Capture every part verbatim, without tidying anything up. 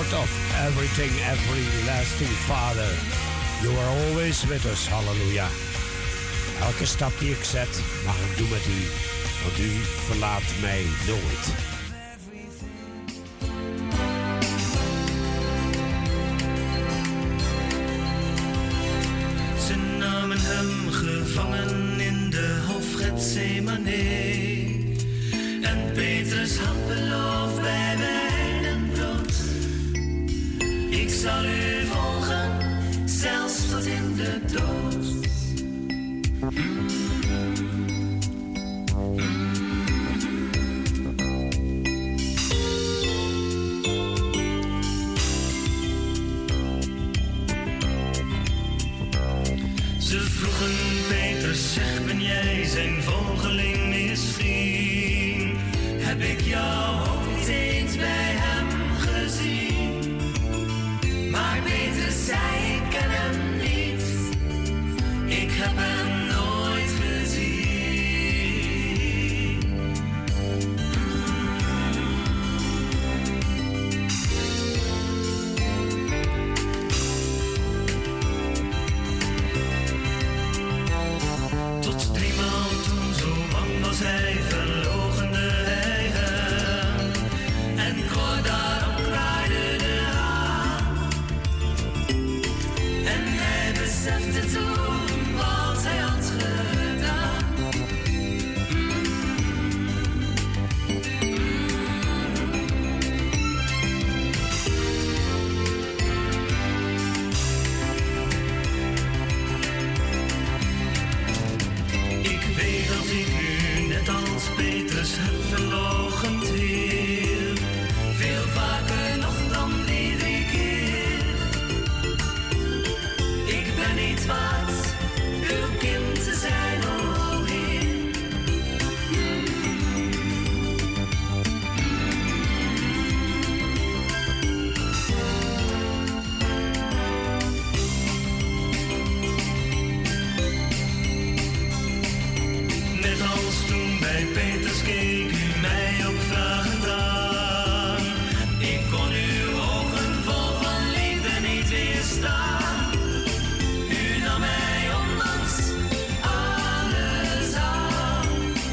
Lord of everything, everlasting Father. You are always with us, halleluja. Elke stap die ik zet, mag ik doen met u, want u verlaat mij nooit. Ze namen hem gevangen in de hof Getsemane. En Petrus had beloofd bij wijn en brood. Ik zal u volgen, zelfs tot in de dood. Mm. Ze vroegen Petrus, zeg, ben jij zijn volgeling misschien? Heb ik jou ook niet eens bij hem gezien? Maar Petrus zei, ik ken hem niet. Ik heb hem nooit gezien. Tot driemaal toen, zo bang was hij, verloochende hij hem. En kort daarop kraaide de haan. En hij besefte toen wat hij had gedaan. Ik weet dat ik u net als Petrus heb verloochend, Heer. Veel vaker nog dan die drie keer. Ik ben niet waard uw kind te zijn, o Heer. Net als toen bij Petrus keek u mij ook vragend aan. Ik kon uw ogen vol van liefde niet weerstaan. U nam mij ondanks alles aan.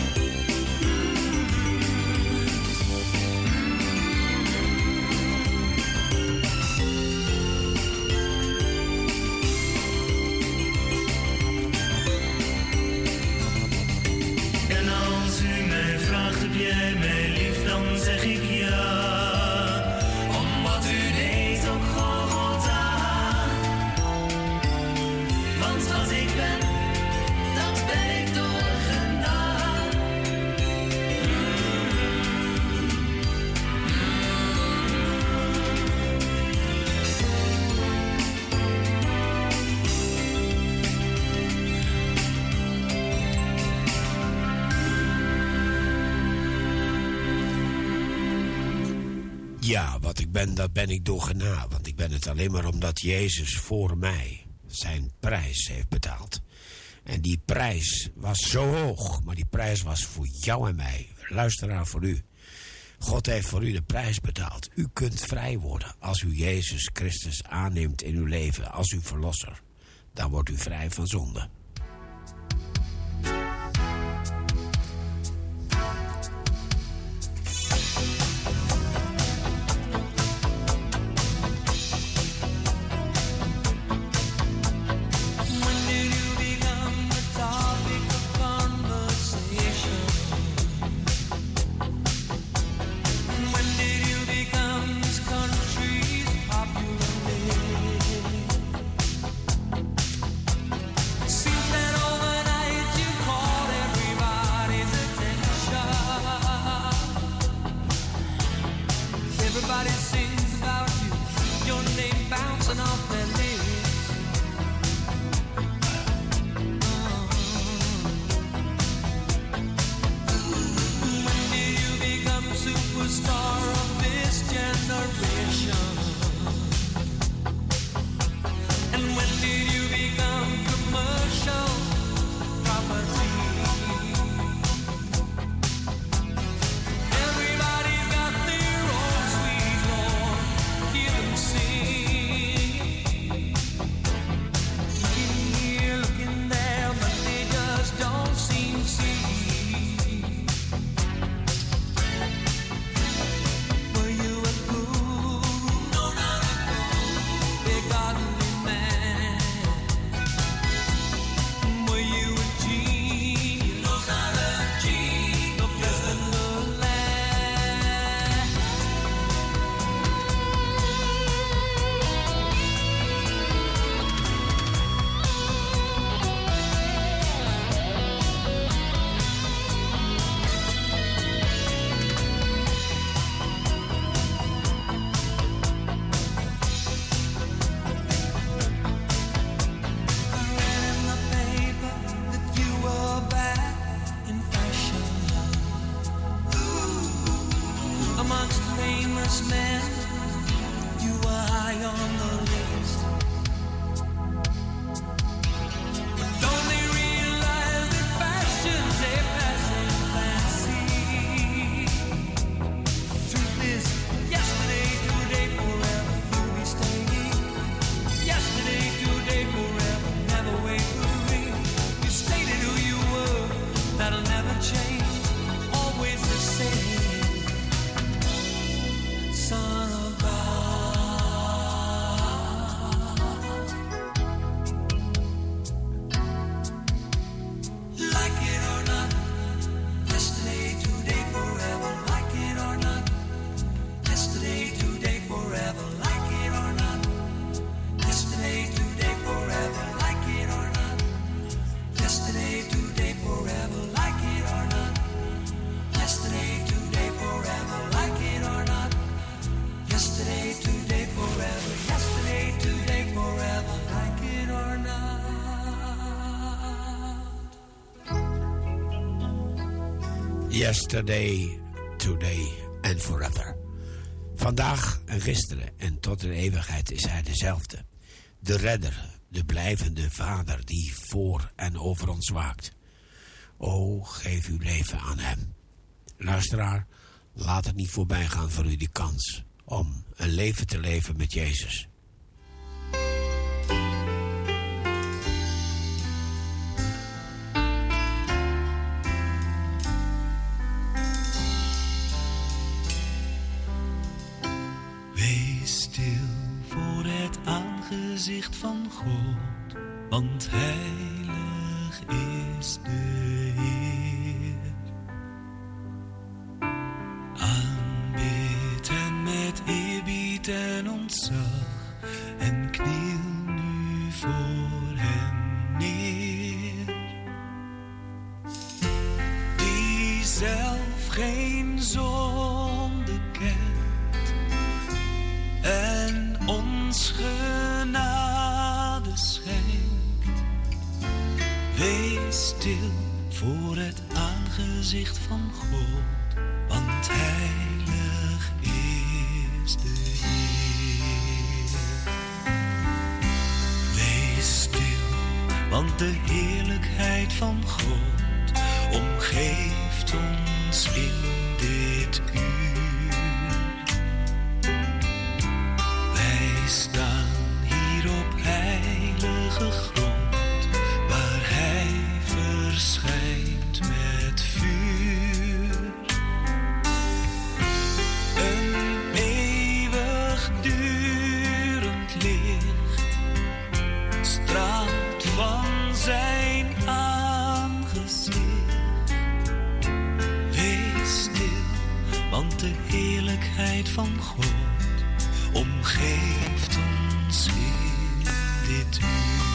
En als u mij vraagt, heb jij mij lief, dan zeg ik ja. Om wat u deed op Golgotha. Want wat ik ben, dat ben ik door genade. Ja, wat ik ben, dat ben ik door genade. Want ik ben het alleen maar omdat Jezus voor mij zijn prijs heeft betaald. En die prijs was zo hoog, maar die prijs was voor jou en mij. Luisteraar, voor u. God heeft voor u de prijs betaald. U kunt vrij worden als u Jezus Christus aanneemt in uw leven als uw verlosser. Dan wordt u vrij van zonde. When did you become the topic of conversation? When did you become this country's popular name? See Yesterday, today and forever. Vandaag en gisteren en tot in eeuwigheid is hij dezelfde. De redder, de blijvende vader die voor en over ons waakt. O, geef uw leven aan hem. Luisteraar, laat het niet voorbij gaan voor u die kans om een leven te leven met Jezus. Wees stil voor het aangezicht van God, want heilig is de Heer. Aanbid hem met eerbied en ontzag en kniel nu voor hem neer. Die zelf geen zonde kent en ons genade schenkt. Wees stil voor het aangezicht van God, want heilig is de Heer. Wees stil, want de heerlijkheid van God omgeeft ons in dit uur. Wij staan hier op heilige grond, waar hij verschijnt met vuur. Een eeuwig durend licht straalt van zijn aangezicht. Wees stil, want de heerlijkheid van God omgeeft ons in dit uur.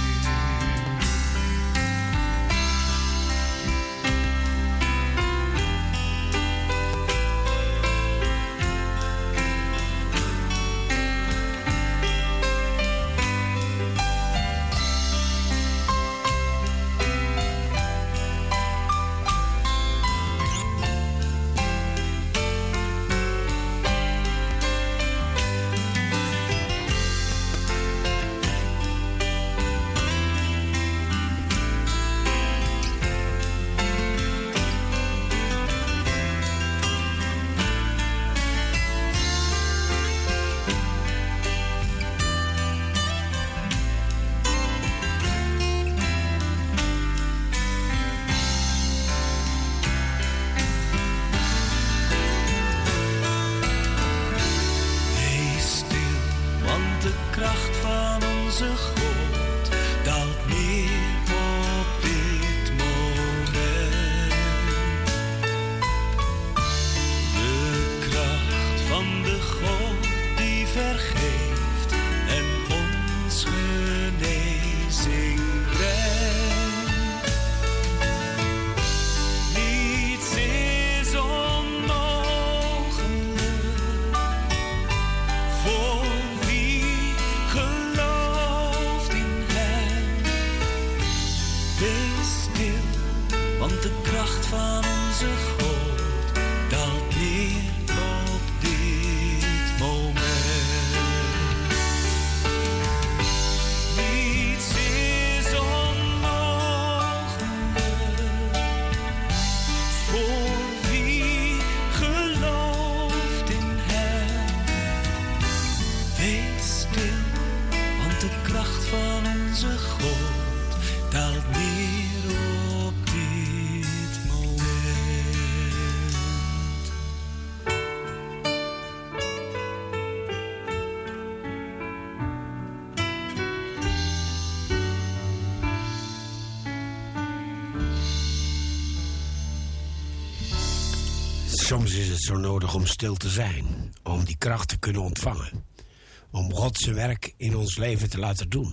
Soms is het zo nodig om stil te zijn, om die kracht te kunnen ontvangen. Om God zijn werk in ons leven te laten doen.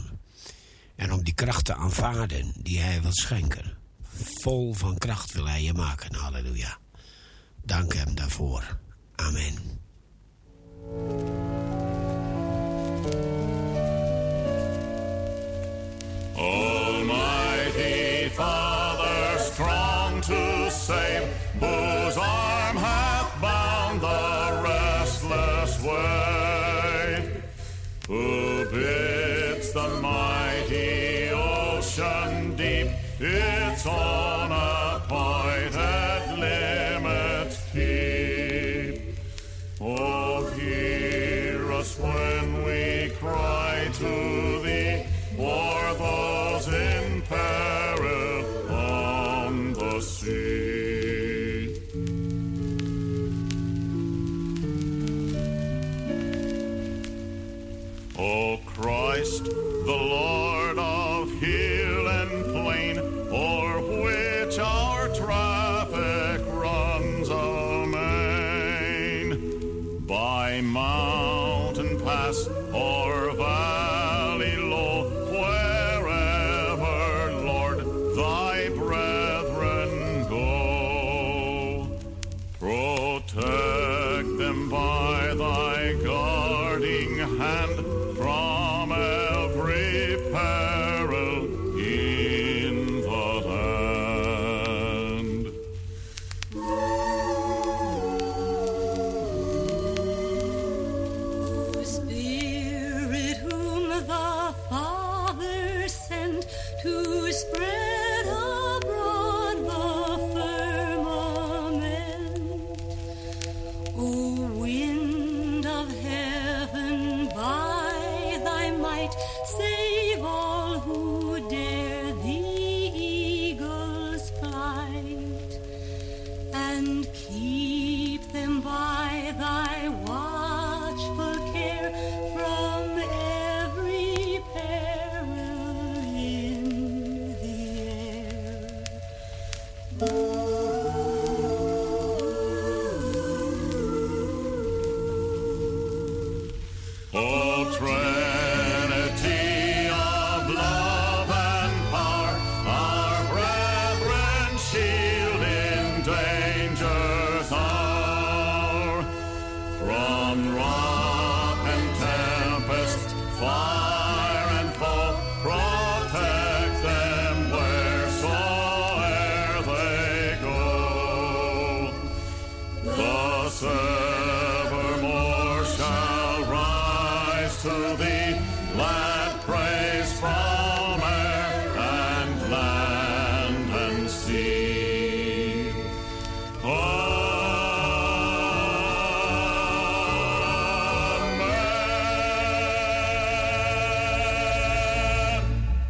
En om die kracht te aanvaarden die hij wil schenken. Vol van kracht wil hij je maken, halleluja. Dank hem daarvoor. Amen. Almighty Father, strong to save, whose ocean deep, its unappointed limits keep. Oh, hear us when we cry to thee, for those in peril on the sea. O Christ, the Lord of hill and plain, o'er which our traffic runs amain, by mountain pass or valley low, wherever, Lord, thy brethren go, protect them by thy guarding hand from every peril in the land. Spirit whom the Father sent to spread abroad the firmament, O wind of heaven, by thy might save all who dare the eagle's flight, and keep them by thy watchful care from every peril in the air. O Trinity of love and power, our brethren shield in danger's hour, from rock and tempest, fire and foe, protect them wheresoe'er they go. Thus evermore shall rise to thee glad praise from air and land and sea. Amen.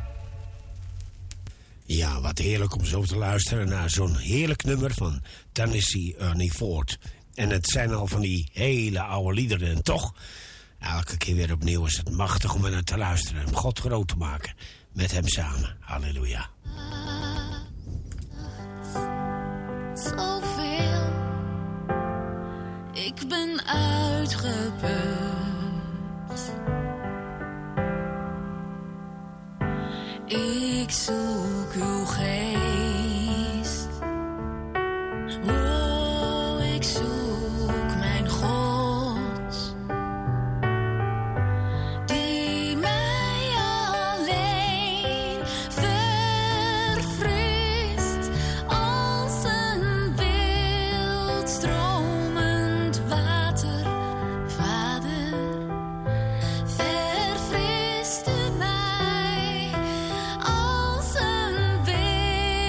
Ja, wat heerlijk om zo te luisteren naar zo'n heerlijk nummer van Tennessee Ernie Ford. En het zijn al van die hele oude liederen. En toch, elke keer weer opnieuw is het machtig om er naar te luisteren. Om God groot te maken. Met hem samen. Halleluja. Zoveel, ik ben uitgeput. Ik zoek uw geest. Oh, ik zoek mijn God, die mij alleen verfrist als een wild stromend water. Vader, verfrist u mij als een wild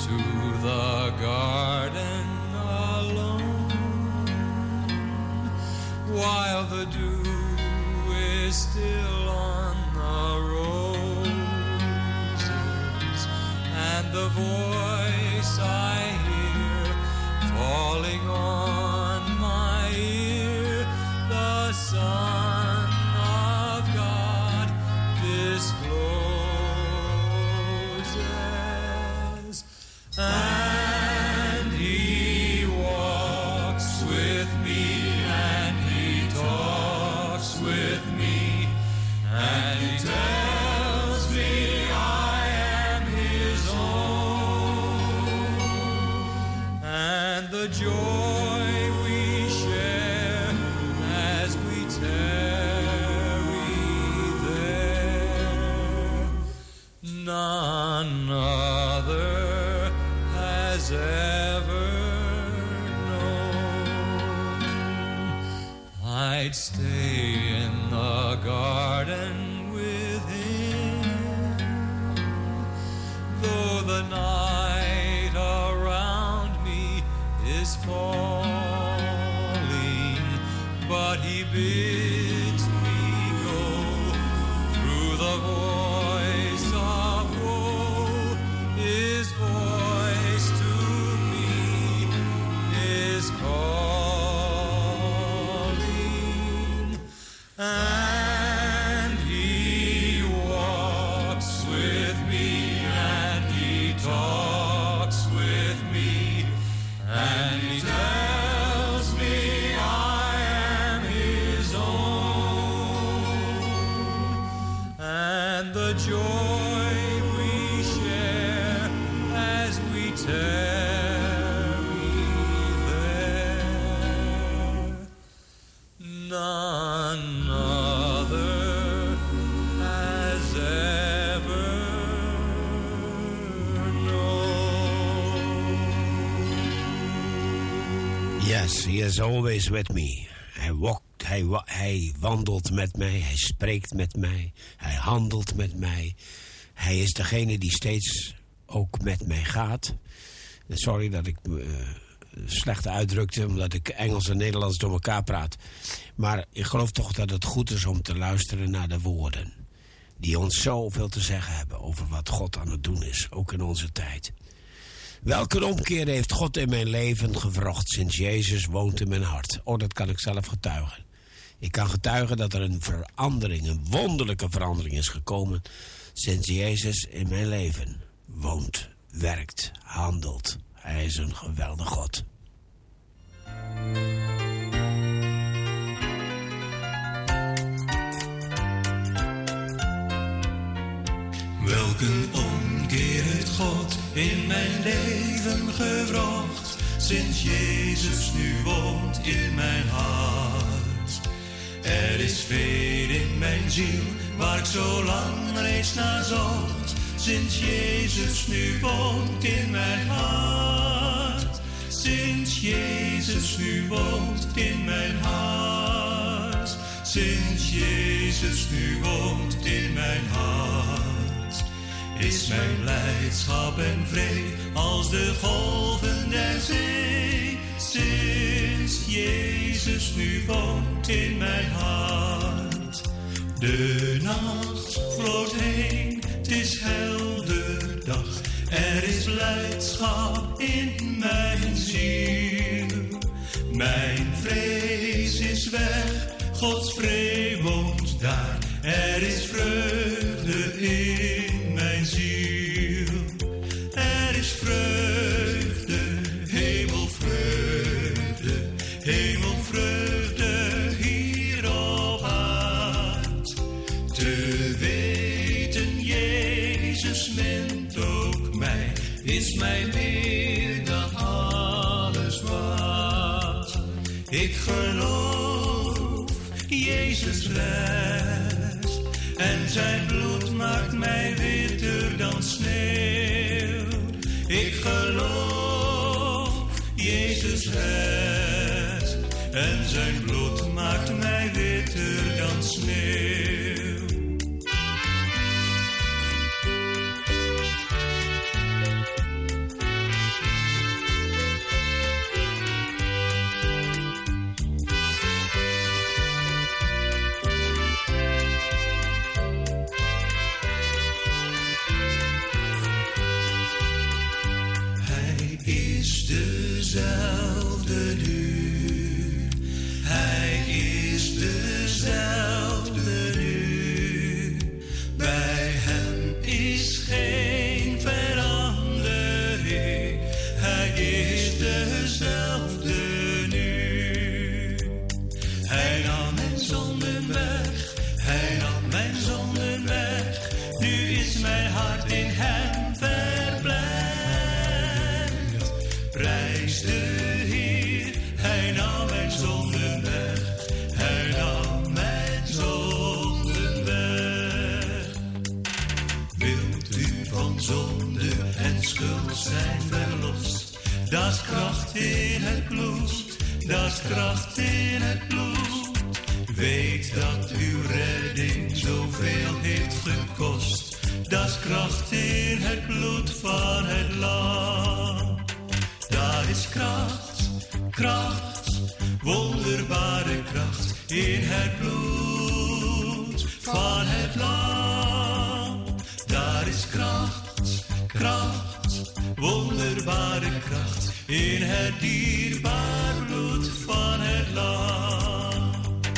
to the garden alone, while the dew is still on the roses, and the voice I hear falling on my ear, the Son of God discloses. And he walks with me, and he talks with me, and he tells me I am his own. And the joy we share as we tarry there, none other has ever known. I'd stay in the garden with him, though the night around me is falling, but he bids me go through the voice of woe. His voice to me is calling, and he walks with me, and he talks with me, and he tells me I am his own. And the joy we share as we tarry there, none other has ever known. Yes, he is always with me. Hij, walkt, hij, wa- hij wandelt met mij, hij spreekt met mij, hij handelt met mij. Hij is degene die steeds ook met mij gaat. Sorry dat ik me uh, slecht uitdrukte, omdat ik Engels en Nederlands door elkaar praat. Maar ik geloof toch dat het goed is om te luisteren naar de woorden die ons zoveel te zeggen hebben over wat God aan het doen is, ook in onze tijd. Welke omkeer heeft God in mijn leven gewrocht sinds Jezus woont in mijn hart? Oh, dat kan ik zelf getuigen. Ik kan getuigen dat er een verandering, een wonderlijke verandering is gekomen sinds Jezus in mijn leven woont, werkt, handelt. Hij is een geweldig God. Welk een omkeer heeft God in mijn leven gewrocht, sinds Jezus nu woont in mijn hart. Er is veel in mijn ziel waar ik zo lang reeds naar zocht, sinds Jezus nu woont in mijn hart. Sinds Jezus nu woont in mijn hart. Sinds Jezus nu woont in mijn hart, is mijn blijdschap en vrede als de golven der zee. Sinds Jezus nu woont in mijn hart. De nacht vloot heen, het is helder dag. Er is blijdschap in mijn ziel. Mijn vrees is weg, Gods vrede woont daar. Er is vreugde in mijn ziel. Er is vreugde, hemelvreugde, hemelvreugde hier op aard. Te weten, Jezus mint ook mij, is mij meer dan alles waard. Ik geloof, Jezus redt, en zijn bloed maakt mij witter dan sneeuw. Ik geloof, Jezus redt, en zijn bloed maakt mij witter dan sneeuw. is de Heer, hij nam mijn zonden weg. Hij nam mijn zonden weg. Wilt u van zonde en schuld zijn verlost? Dat is kracht in het bloed, dat is kracht in het bloed. Weet dat uw redding zoveel heeft gekost. Dat is kracht in het bloed van het lam. Daar is kracht, kracht, wonderbare kracht in het bloed van het lam. Daar is kracht, kracht, wonderbare kracht in het dierbaar bloed van het lam.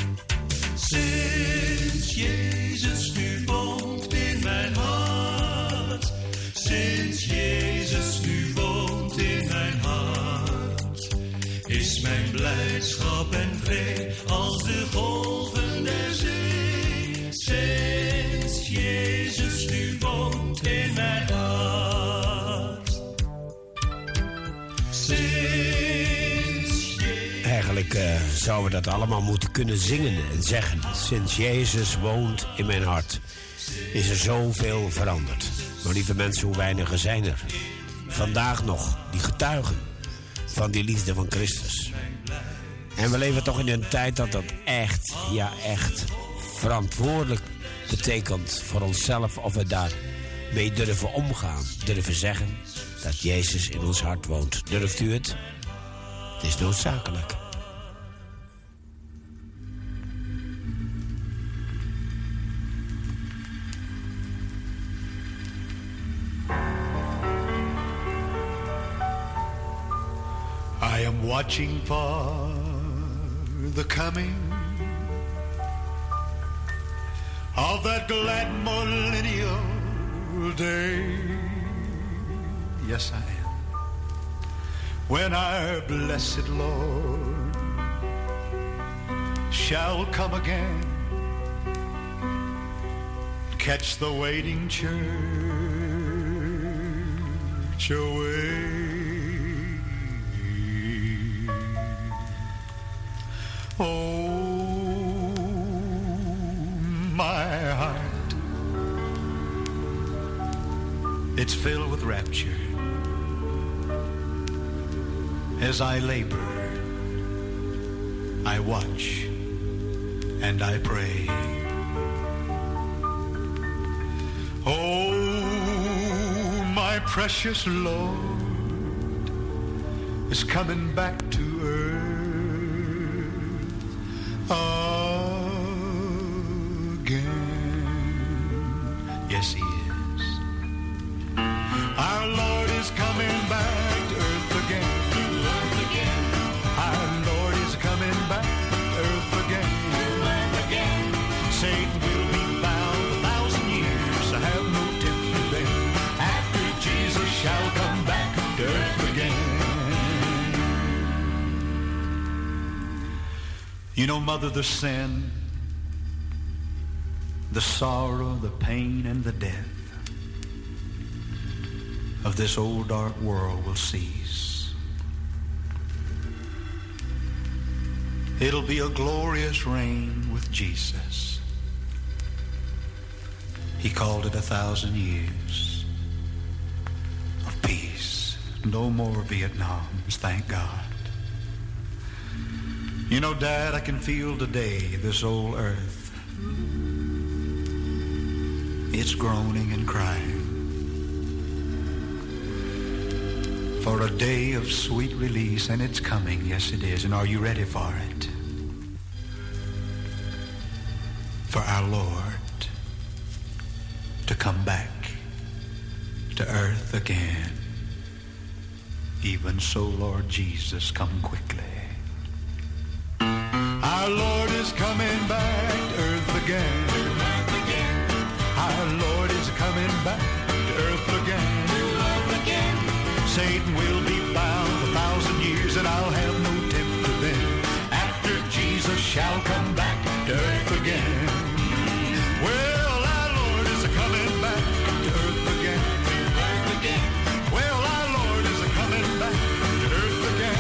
Sinds Jezus nu woont in mijn hart, sinds Jezus nu woont in mijn hart, is mijn blijdschap en vrede als de golven der zee. Sinds Jezus nu woont in mijn hart. Sinds Jezus... Eigenlijk uh, zouden we dat allemaal moeten kunnen zingen en zeggen. Sinds Jezus woont in mijn hart, is er zoveel veranderd. Maar lieve mensen, hoe weinigen zijn er vandaag nog die getuigen van die liefde van Christus. En we leven toch in een tijd dat dat echt, ja echt, verantwoordelijk betekent voor onszelf of we daar mee durven omgaan. Durven zeggen dat Jezus in ons hart woont. Durft u het? Het is noodzakelijk. I am watching for the coming of that glad millennial day. Yes, I am. When our blessed Lord shall come again, catch the waiting church away. Oh, my heart, it's filled with rapture as I labor, I watch, and I pray. Oh, my precious Lord is coming back to earth again. Yes, he is. Our Lord is coming back to earth again. Our Lord is coming back to earth again. Satan will be bound a thousand years to have no temper then. After Jesus shall come back to earth again. You know, Mother, the sin, the sorrow, the pain, and the death of this old dark world will cease. It'll be a glorious reign with Jesus. He called it a thousand years of peace. No more Vietnams, thank God. You know, Dad, I can feel today this old earth. It's groaning and crying for a day of sweet release, and it's coming. Yes, it is. And are you ready for it? For our Lord to come back to earth again. Even so, Lord Jesus, come quickly. Our Lord is coming back to earth again. Our Lord is coming back to earth again. Satan will be bound a thousand years, and I'll have no temper then. After Jesus shall come back to earth again. Well, our Lord is coming back to earth again. Well, our Lord is coming back to earth again.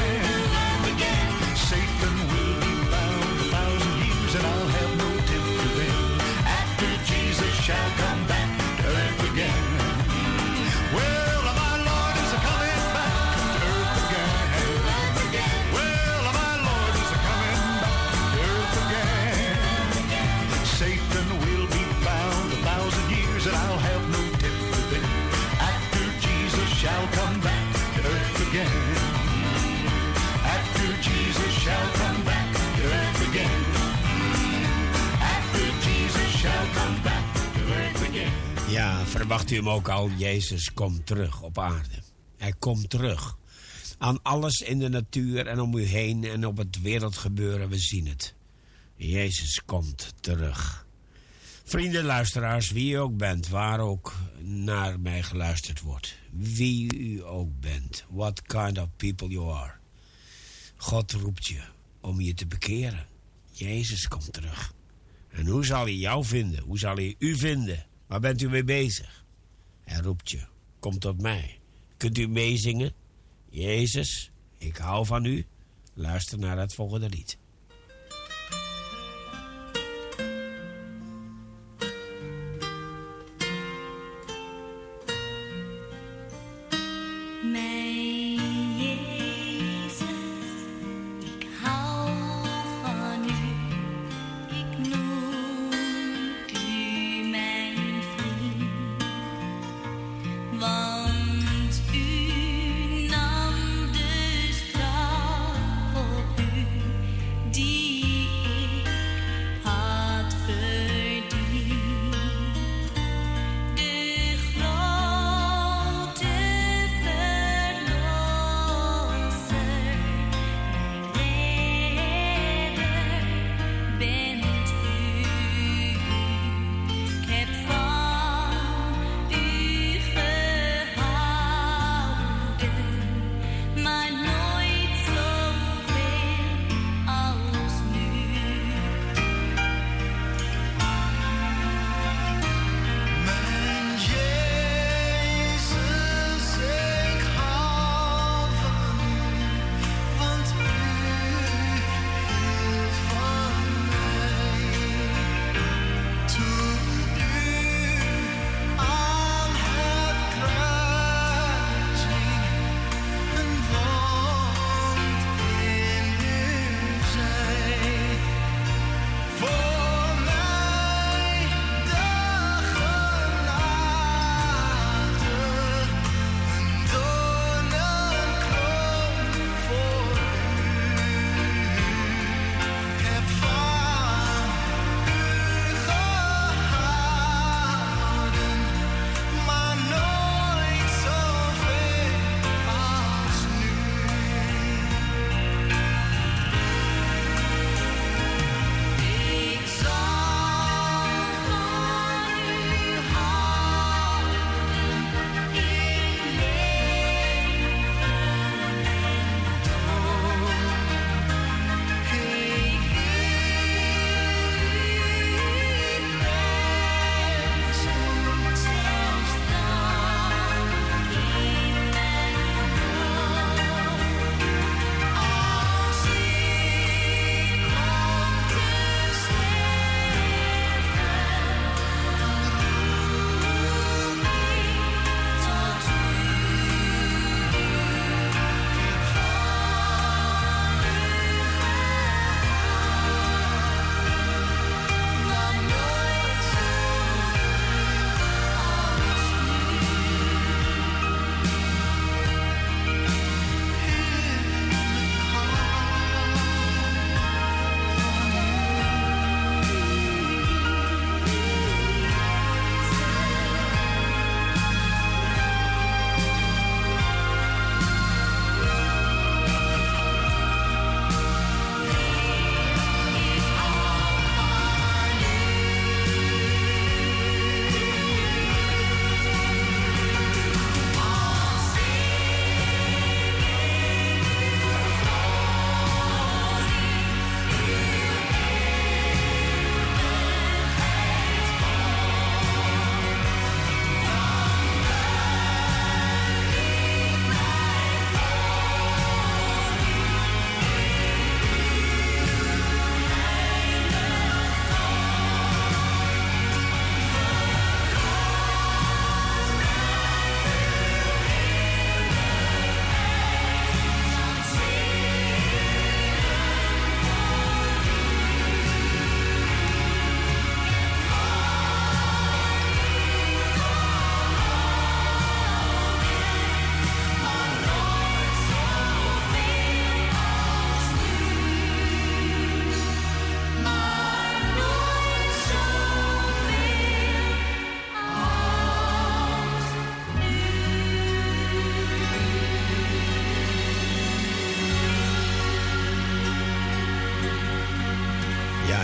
Verwacht u hem ook al? Jezus komt terug op aarde. Hij komt terug. Aan alles in de natuur en om u heen en op het wereldgebeuren, we zien het. Jezus komt terug. Vrienden, luisteraars, wie u ook bent, waar ook naar mij geluisterd wordt. Wie u ook bent, what kind of people you are. God roept je om je te bekeren. Jezus komt terug. En hoe zal hij jou vinden? Hoe zal hij u vinden? Waar bent u mee bezig? Hij roept je, kom tot mij. Kunt u meezingen? Jezus, ik hou van u. Luister naar het volgende lied. Want u nam de straf op u.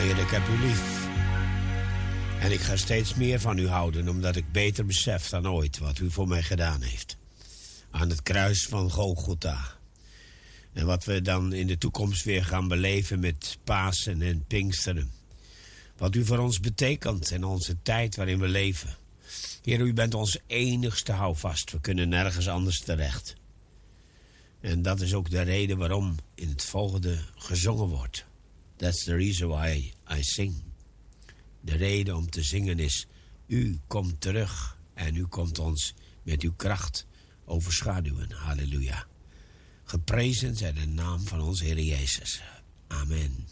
Heer, ik heb u lief. En ik ga steeds meer van u houden, omdat ik beter besef dan ooit wat u voor mij gedaan heeft. Aan het kruis van Golgotha. En wat we dan in de toekomst weer gaan beleven met Pasen en Pinksteren. Wat u voor ons betekent in onze tijd waarin we leven. Heer, u bent ons enigste houvast. We kunnen nergens anders terecht. En dat is ook de reden waarom in het volgende gezongen wordt. That's the reason why I sing. De reden om te zingen is, u komt terug en u komt ons met uw kracht overschaduwen. Halleluja. Geprezen zij de naam van onze Heer Jezus. Amen.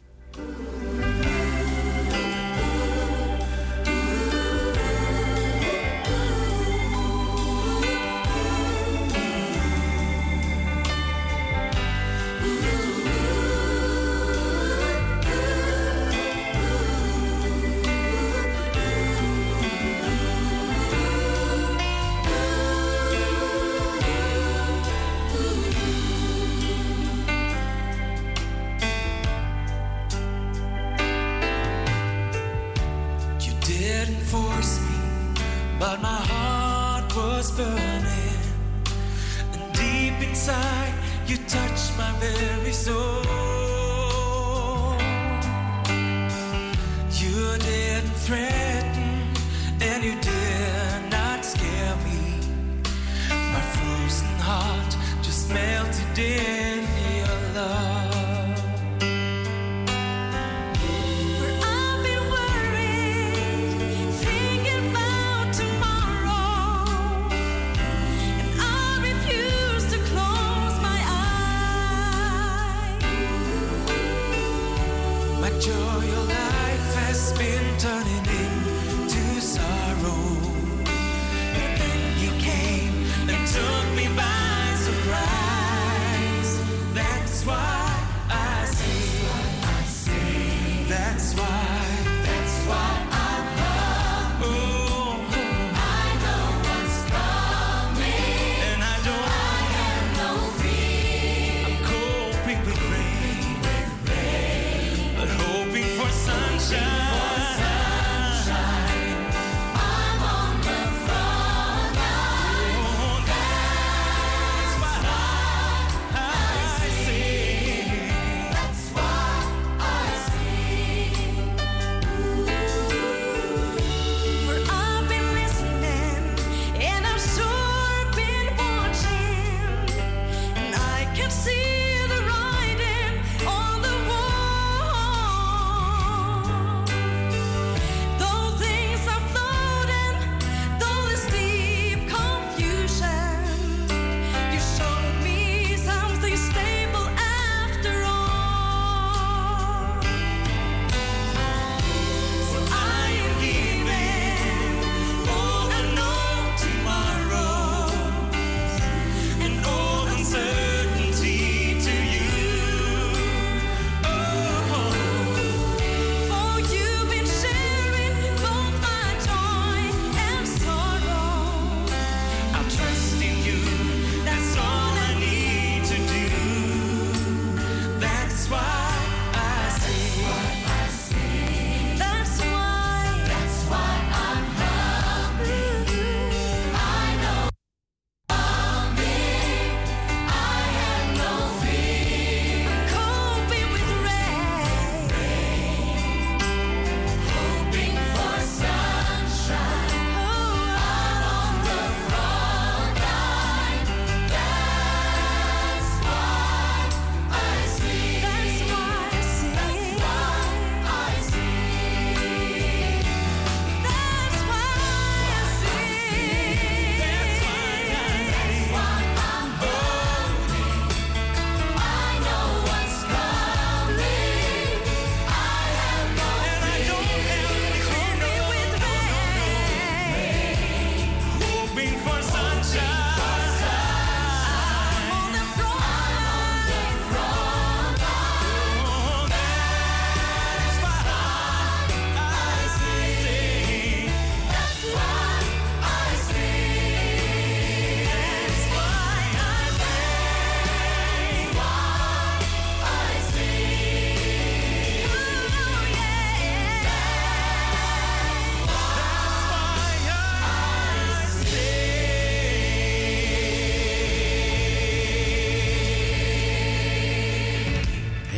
But my heart was burning, and deep inside you touched my very soul. You didn't threaten and you did not scare me. My frozen heart just melted in your love. Turning into sorrow, but then you came and took me by surprise. That's why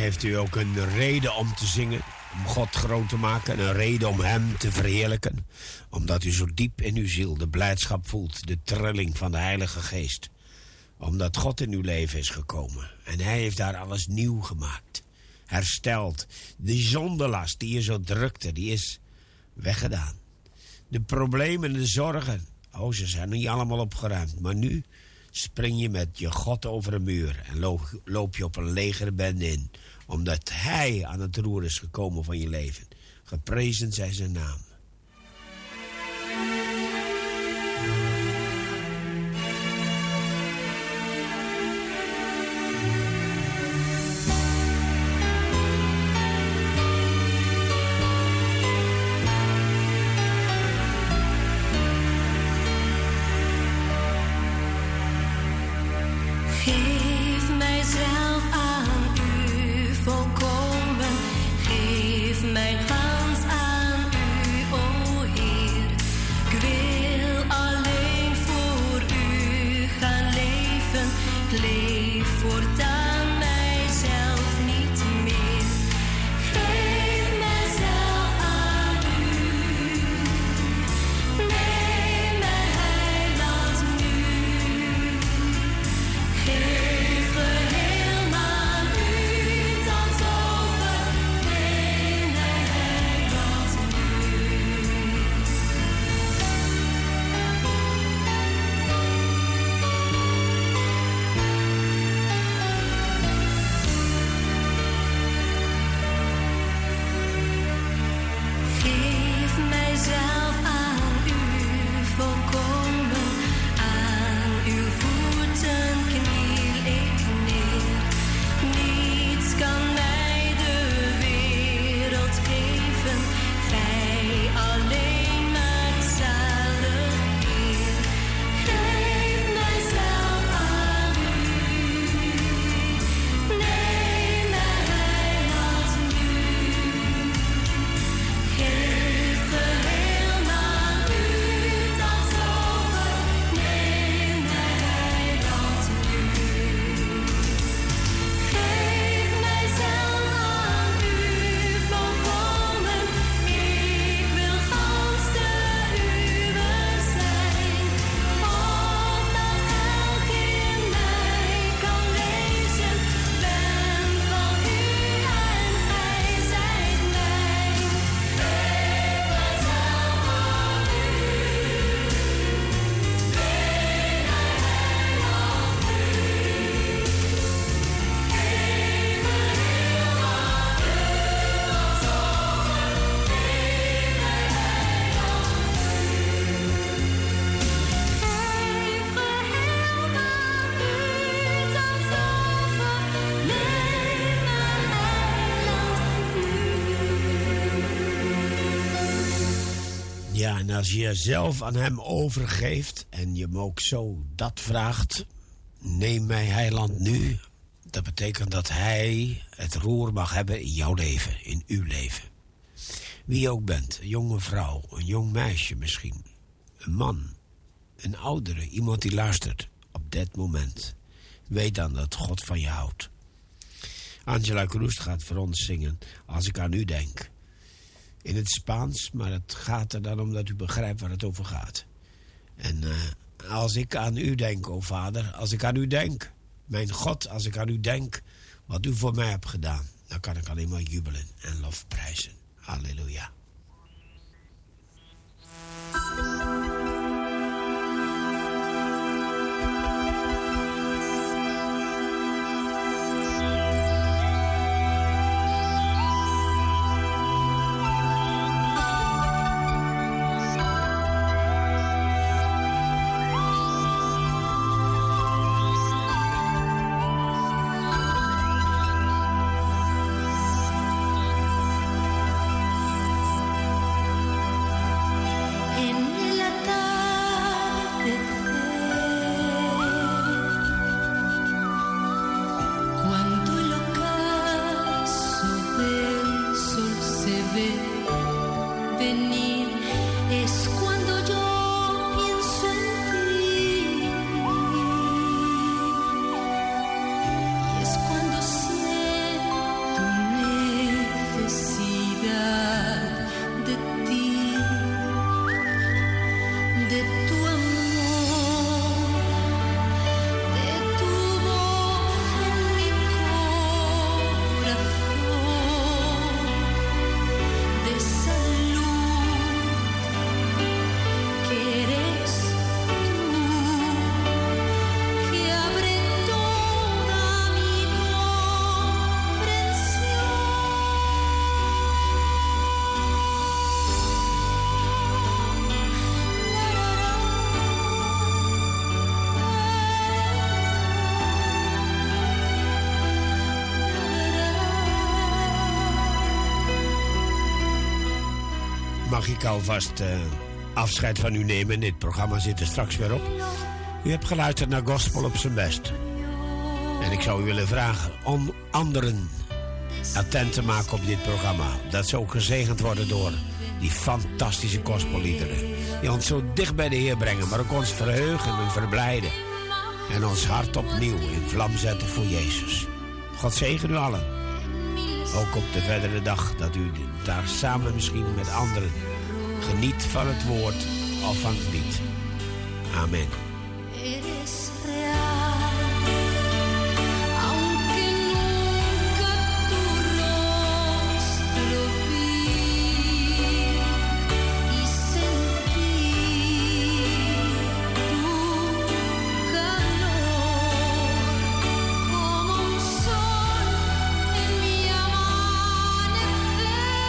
heeft u ook een reden om te zingen, om God groot te maken. Een reden om hem te verheerlijken. Omdat u zo diep in uw ziel de blijdschap voelt, de trilling van de Heilige Geest. Omdat God in uw leven is gekomen. En hij heeft daar alles nieuw gemaakt. Hersteld. Die zondelast die je zo drukte, die is weggedaan. De problemen en de zorgen, oh, ze zijn niet allemaal opgeruimd. Maar nu spring je met je God over een muur en loop, loop je op een legerbende in. Omdat hij aan het roer is gekomen van je leven. Geprezen zij zijn naam. Geef mijzelf aan u volkomen. Geef mijn gans aan u, o Heer. Ik wil alleen voor u gaan leven. Ik leef voortaan mijzelf niet meer. Geef mijzelf aan u. Neem mijn heiland nu. Geef geheel aan u tot over. Neem mijn heiland nu. Geef mijzelf aan u volkomen. Aan uw voeten kniel ik neer. Niets kan mij de wereld geven. Gij alleen maakt zalig, Heer. Geef mijzelf aan u. Neem mijn heiland nu. Geef geheel aan u tot over. Neem mijn heiland nu. Geef mijzelf aan u volkomen. Ik wil gans de uwe zijn. Opdat elk in mij kan lezen. Ben van u en gij zijt mijn. Geef mijzelf aan u. Neem mijn heiland nu. Geef geheel aan u tot over. Neem mijn heiland nu. Geef geheel aan u tot over. Neem mijn heiland nu. Ja, en als je jezelf aan hem overgeeft en je hem ook zo dat vraagt, neem mij heiland nu. Dat betekent dat hij het roer mag hebben in jouw leven, in uw leven. Wie je ook bent, een jonge vrouw, een jong meisje misschien, een man, een oudere, iemand die luistert op dit moment. Weet dan dat God van je houdt. Angela Kroest gaat voor ons zingen Als ik aan u denk. In het Spaans, maar het gaat er dan om dat u begrijpt waar het over gaat. En uh, als ik aan u denk, o Vader, als ik aan u denk, mijn God, als ik aan u denk, wat u voor mij hebt gedaan, dan kan ik alleen maar jubelen en lof prijzen. Halleluja. Geef mag ik alvast uh, afscheid van u nemen. Dit programma zit er straks weer op. U hebt geluisterd naar Gospel op zijn best. En ik zou u willen vragen om anderen attent te maken op dit programma. Dat ze ook gezegend worden door die fantastische gospelliederen. Die ons zo dicht bij de Heer brengen, maar ook ons verheugen en verblijden. En ons hart opnieuw in vlam zetten voor Jezus. God zegen u allen. Ook op de verdere dag, dat u daar samen misschien met anderen geniet van het woord of van het lied. Amen. Eres real, aunque nunca tu rostro vi y sentí tu calor como un sol en mi amanecer.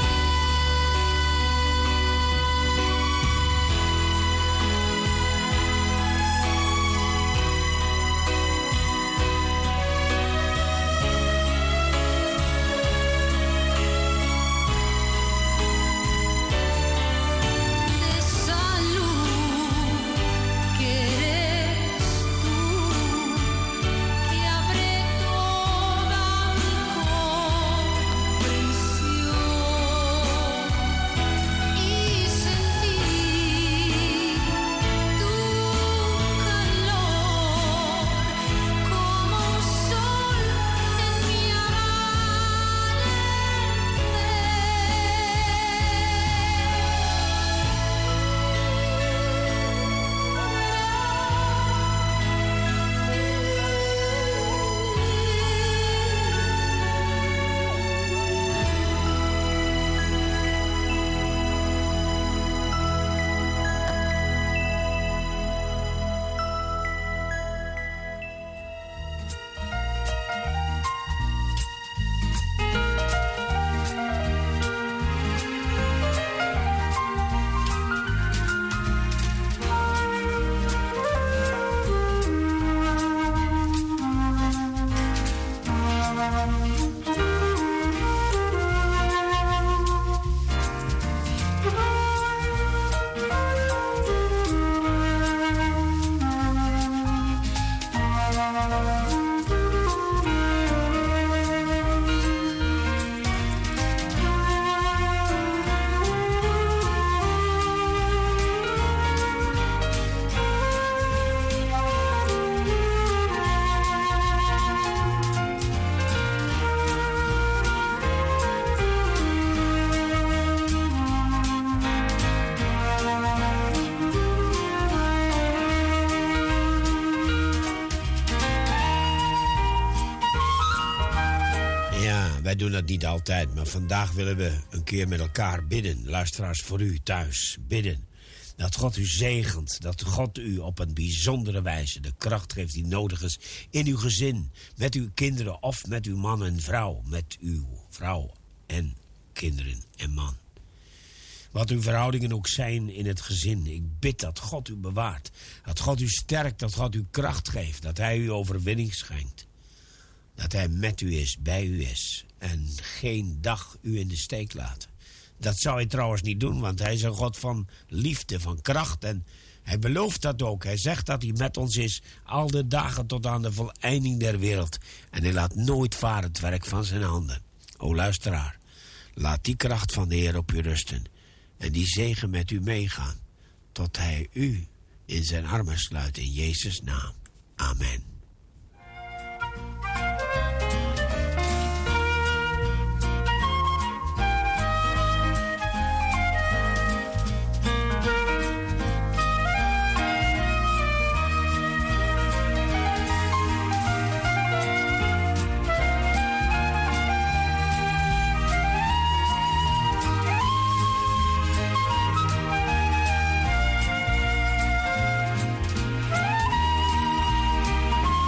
Wij doen dat niet altijd, maar vandaag willen we een keer met elkaar bidden. Luisteraars, voor u thuis bidden. Dat God u zegent, dat God u op een bijzondere wijze de kracht geeft die nodig is in uw gezin, met uw kinderen of met uw man en vrouw, met uw vrouw en kinderen en man. Wat uw verhoudingen ook zijn in het gezin. Ik bid dat God u bewaart, dat God u sterkt, dat God u kracht geeft, dat hij u overwinning schenkt. Dat hij met u is, bij u is en geen dag u in de steek laat. Dat zou hij trouwens niet doen, want hij is een God van liefde, van kracht. En hij belooft dat ook. Hij zegt dat hij met ons is al de dagen tot aan de voleinding der wereld. En hij laat nooit varen het werk van zijn handen. O luisteraar, laat die kracht van de Heer op u rusten. En die zegen met u meegaan, tot hij u in zijn armen sluit in Jezus' naam. Amen. Thank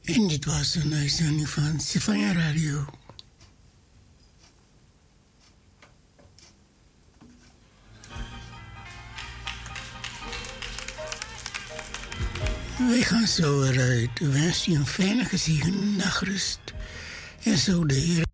En dit was een uitzending van Sifanya Radio. Wij gaan zo eruit. We wensen je een fijne gezegende nachtrust. En zo de Heer